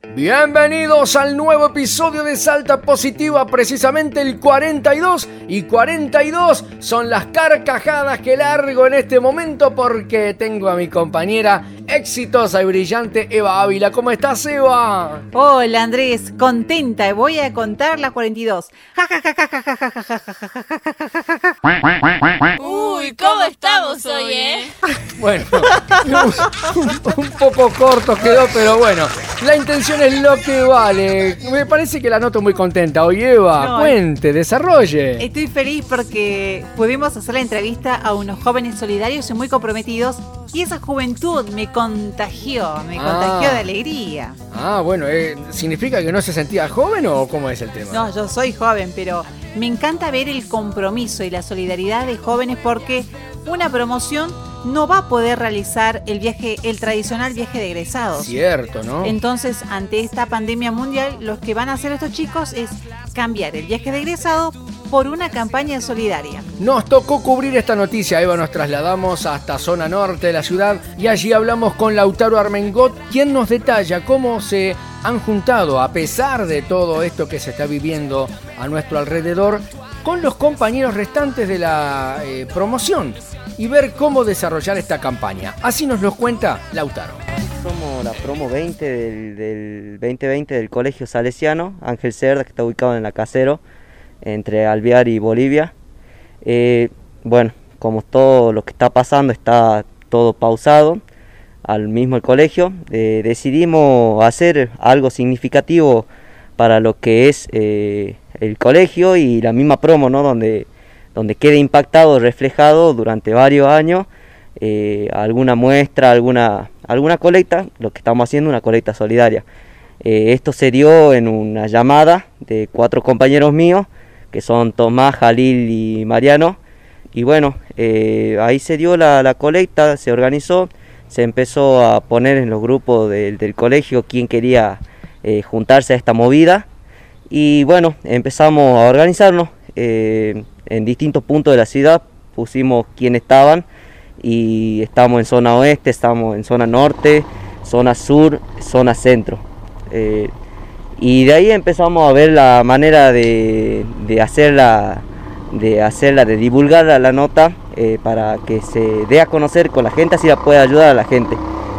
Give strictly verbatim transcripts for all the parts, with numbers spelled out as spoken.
Bienvenidos al nuevo episodio de Salta Positiva, precisamente el cuarenta y dos, y cuarenta y dos son las carcajadas que largo en este momento porque tengo a mi compañera exitosa y brillante Eva Ávila. ¿Cómo estás, Eva? Hola, Andrés, contenta, voy a contar las cuarenta y dos. Uy, ¿cómo estamos hoy, eh? Bueno, un, un poco corto quedó, pero bueno, la intención es lo que vale. Me parece que la noto muy contenta hoy, Eva. No, cuente, desarrolle. Estoy feliz porque pudimos hacer la entrevista a unos jóvenes solidarios y muy comprometidos. Y esa juventud me contagió, me contagió ah. de alegría. Ah, bueno, eh, ¿significa que no se sentía joven o cómo es el tema? No, yo soy joven, pero me encanta ver el compromiso y la solidaridad de jóvenes porque una promoción no va a poder realizar el viaje, el tradicional viaje de egresados. Cierto, ¿no? Entonces, ante esta pandemia mundial, lo que van a hacer estos chicos es cambiar el viaje de egresado por una campaña solidaria. Nos tocó cubrir esta noticia, Eva, nos trasladamos hasta zona norte de la ciudad y allí hablamos con Lautaro Armengot, quien nos detalla cómo se han juntado, a pesar de todo esto que se está viviendo a nuestro alrededor, con los compañeros restantes de la eh, promoción y ver cómo desarrollar esta campaña. Así nos lo cuenta Lautaro. Somos la promo veinte del, del veinte veinte del Colegio Salesiano Ángel Cerda, que está ubicado en La Casero, entre Alvear y Bolivia. Eh, bueno, como todo lo que está pasando está todo pausado, al mismo el colegio, eh, decidimos hacer algo significativo para lo que es eh, el colegio y la misma promo, ¿no? Donde, donde quede impactado, reflejado durante varios años, eh, alguna muestra, alguna, alguna colecta, lo que estamos haciendo, una colecta solidaria. Eh, esto se dio en una llamada de cuatro compañeros míos, que son Tomás, Jalil y Mariano, y bueno, eh, ahí se dio la, la colecta, se organizó, se empezó a poner en los grupos del, del colegio quién quería eh, juntarse a esta movida, y bueno, empezamos a organizarnos eh, en distintos puntos de la ciudad, pusimos quién estaban, y estamos en zona oeste, estamos en zona norte, zona sur, zona centro. Eh, y de ahí empezamos a ver la manera de, de hacerla, de hacerla, de divulgar la nota eh, para que se dé a conocer con la gente, así la pueda ayudar a la gente.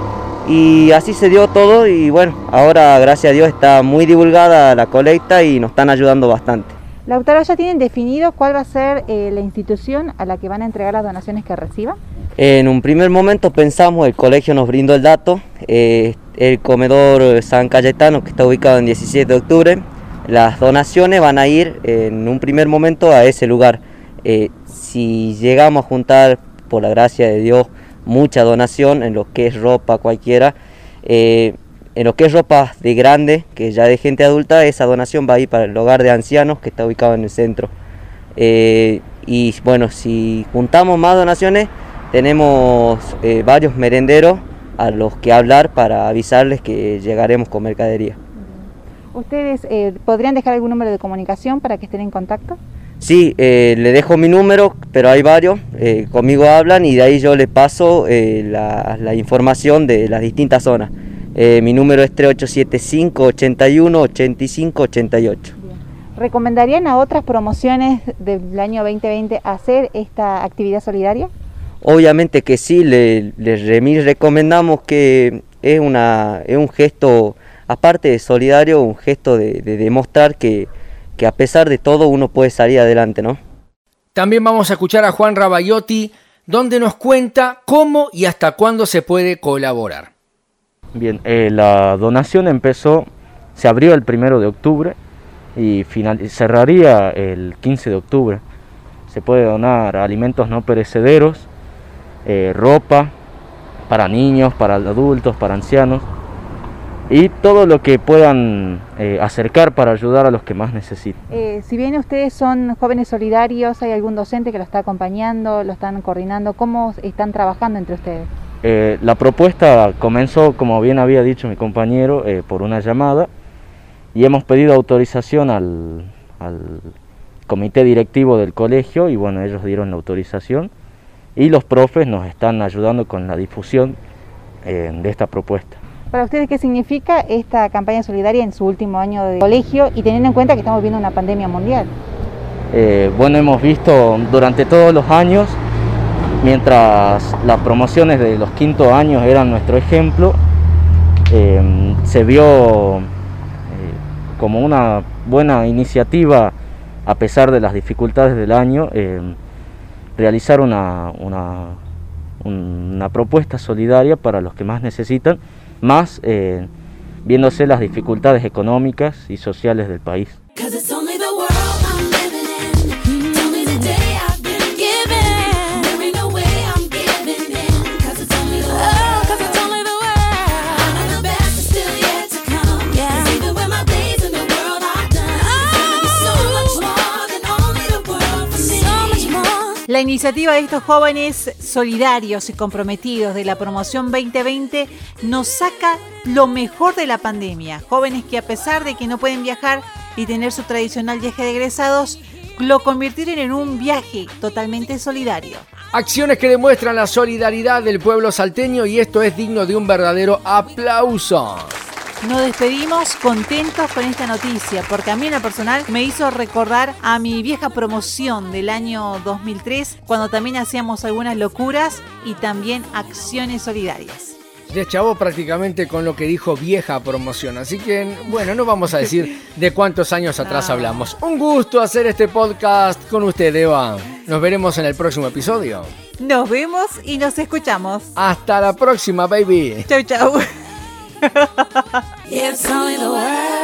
Y así se dio todo y bueno, ahora gracias a Dios está muy divulgada la colecta y nos están ayudando bastante. Lautaro, ¿ya tienen definido cuál va a ser eh, la institución a la que van a entregar las donaciones que reciban? En un primer momento pensamos, el colegio nos brindó el dato, eh, el comedor San Cayetano, que está ubicado en diecisiete de octubre, las donaciones van a ir en un primer momento a ese lugar. Eh, si llegamos a juntar, por la gracia de Dios, mucha donación en lo que es ropa cualquiera, eh, en lo que es ropa de grande, que ya de gente adulta, esa donación va a ir para el hogar de ancianos que está ubicado en el centro. Eh, y bueno, si juntamos más donaciones, tenemos eh, varios merenderos a los que hablar para avisarles que llegaremos con mercadería. ¿Ustedes eh, podrían dejar algún número de comunicación para que estén en contacto? Sí, eh, le dejo mi número, pero hay varios, eh, conmigo hablan y de ahí yo le paso eh, la, la información de las distintas zonas. Eh, mi número es tres ocho siete cinco, ochenta y uno, ochenta y cinco, ochenta y ocho. ¿Recomendarían a otras promociones del año veinte veinte hacer esta actividad solidaria? Obviamente que sí, le, le recomendamos que es, una, es un gesto, aparte de solidario, un gesto de, de demostrar que, que a pesar de todo uno puede salir adelante, ¿no? También vamos a escuchar a Juan Rabaiotti, donde nos cuenta cómo y hasta cuándo se puede colaborar. Bien, eh, la donación empezó, se abrió el primero de octubre y final, cerraría el quince de octubre. Se puede donar alimentos no perecederos, eh, ropa para niños, para adultos, para ancianos y todo lo que puedan eh, acercar para ayudar a los que más necesiten. Eh, si bien ustedes son jóvenes solidarios, ¿hay algún docente que lo está acompañando, lo están coordinando? ¿Cómo están trabajando entre ustedes? Eh, la propuesta comenzó, como bien había dicho mi compañero, eh, por una llamada y hemos pedido autorización al, al comité directivo del colegio y bueno, ellos dieron la autorización y los profes nos están ayudando con la difusión eh, de esta propuesta. Para ustedes, ¿qué significa esta campaña solidaria en su último año de colegio y teniendo en cuenta que estamos viendo una pandemia mundial? Eh, bueno, hemos visto durante todos los años, mientras las promociones de los quinto años eran nuestro ejemplo, eh, se vio eh, como una buena iniciativa, a pesar de las dificultades del año, eh, realizar una, una, una propuesta solidaria para los que más necesitan, más eh, viéndose las dificultades económicas y sociales del país. La iniciativa de estos jóvenes solidarios y comprometidos de la promoción veinte veinte nos saca lo mejor de la pandemia. Jóvenes que, a pesar de que no pueden viajar y tener su tradicional viaje de egresados, lo convirtieron en un viaje totalmente solidario. Acciones que demuestran la solidaridad del pueblo salteño, y esto es digno de un verdadero aplauso. Nos despedimos contentos con esta noticia, porque a mí en lo personal me hizo recordar a mi vieja promoción del año dos mil tres, cuando también hacíamos algunas locuras y también acciones solidarias. Deschavó prácticamente con lo que dijo vieja promoción, así que bueno, no vamos a decir de cuántos años atrás no. hablamos. Un gusto hacer este podcast con usted, Eva. Nos veremos en el próximo episodio. Nos vemos y nos escuchamos. Hasta la próxima, baby. Chau, chau. Yeah, it's only the world.